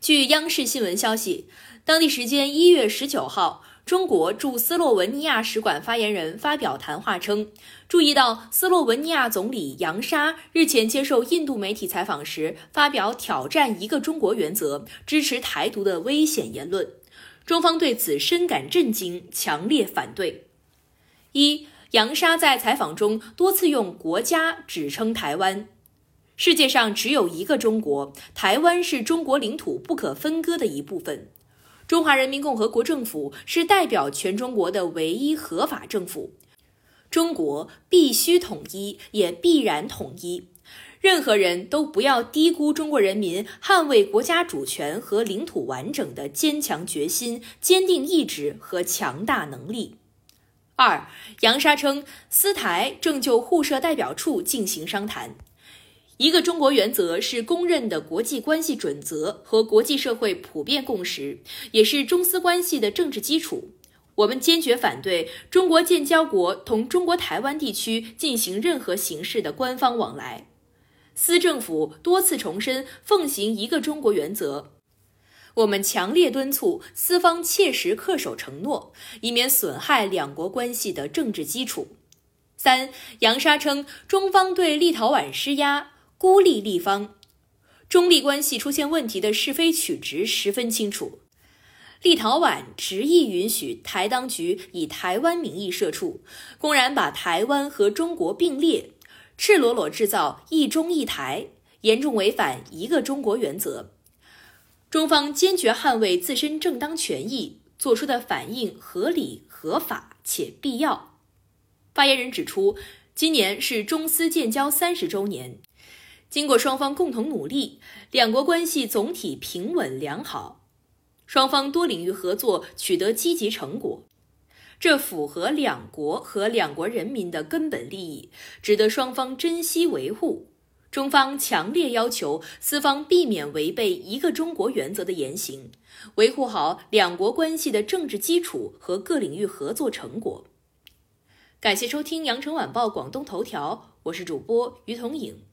据央视新闻消息，当地时间1月19号，中国驻斯洛文尼亚使馆发言人发表谈话称，注意到斯洛文尼亚总理扬沙日前接受印度媒体采访时发表挑战一个中国原则、支持台独的危险言论，中方对此深感震惊，强烈反对。扬沙在采访中多次用国家指称台湾。世界上只有一个中国，台湾是中国领土不可分割的一部分。中华人民共和国政府是代表全中国的唯一合法政府。中国必须统一，也必然统一。任何人都不要低估中国人民捍卫国家主权和领土完整的坚强决心、坚定意志和强大能力。扬沙称，斯台正就互设代表处进行商谈。一个中国原则是公认的国际关系准则和国际社会普遍共识，也是中斯关系的政治基础。我们坚决反对中国建交国同中国台湾地区进行任何形式的官方往来。斯政府多次重申奉行一个中国原则，我们强烈敦促斯方切实恪守承诺，以免损害两国关系的政治基础。扬沙称，中方对立陶宛施压，孤立立方。中立关系出现问题的是非曲直十分清楚。立陶宛执意允许台当局以台湾名义设处，公然把台湾和中国并列，赤裸裸制造一中一台，严重违反一个中国原则。中方坚决捍卫自身正当权益，做出的反应合理、合法且必要。发言人指出，今年是中斯建交30周年，经过双方共同努力，两国关系总体平稳良好，双方多领域合作取得积极成果，这符合两国和两国人民的根本利益，值得双方珍惜维护。中方强烈要求斯方避免违背一个中国原则的言行，维护好两国关系的政治基础和各领域合作成果。感谢收听羊城晚报广东头条，我是主播于彤颖。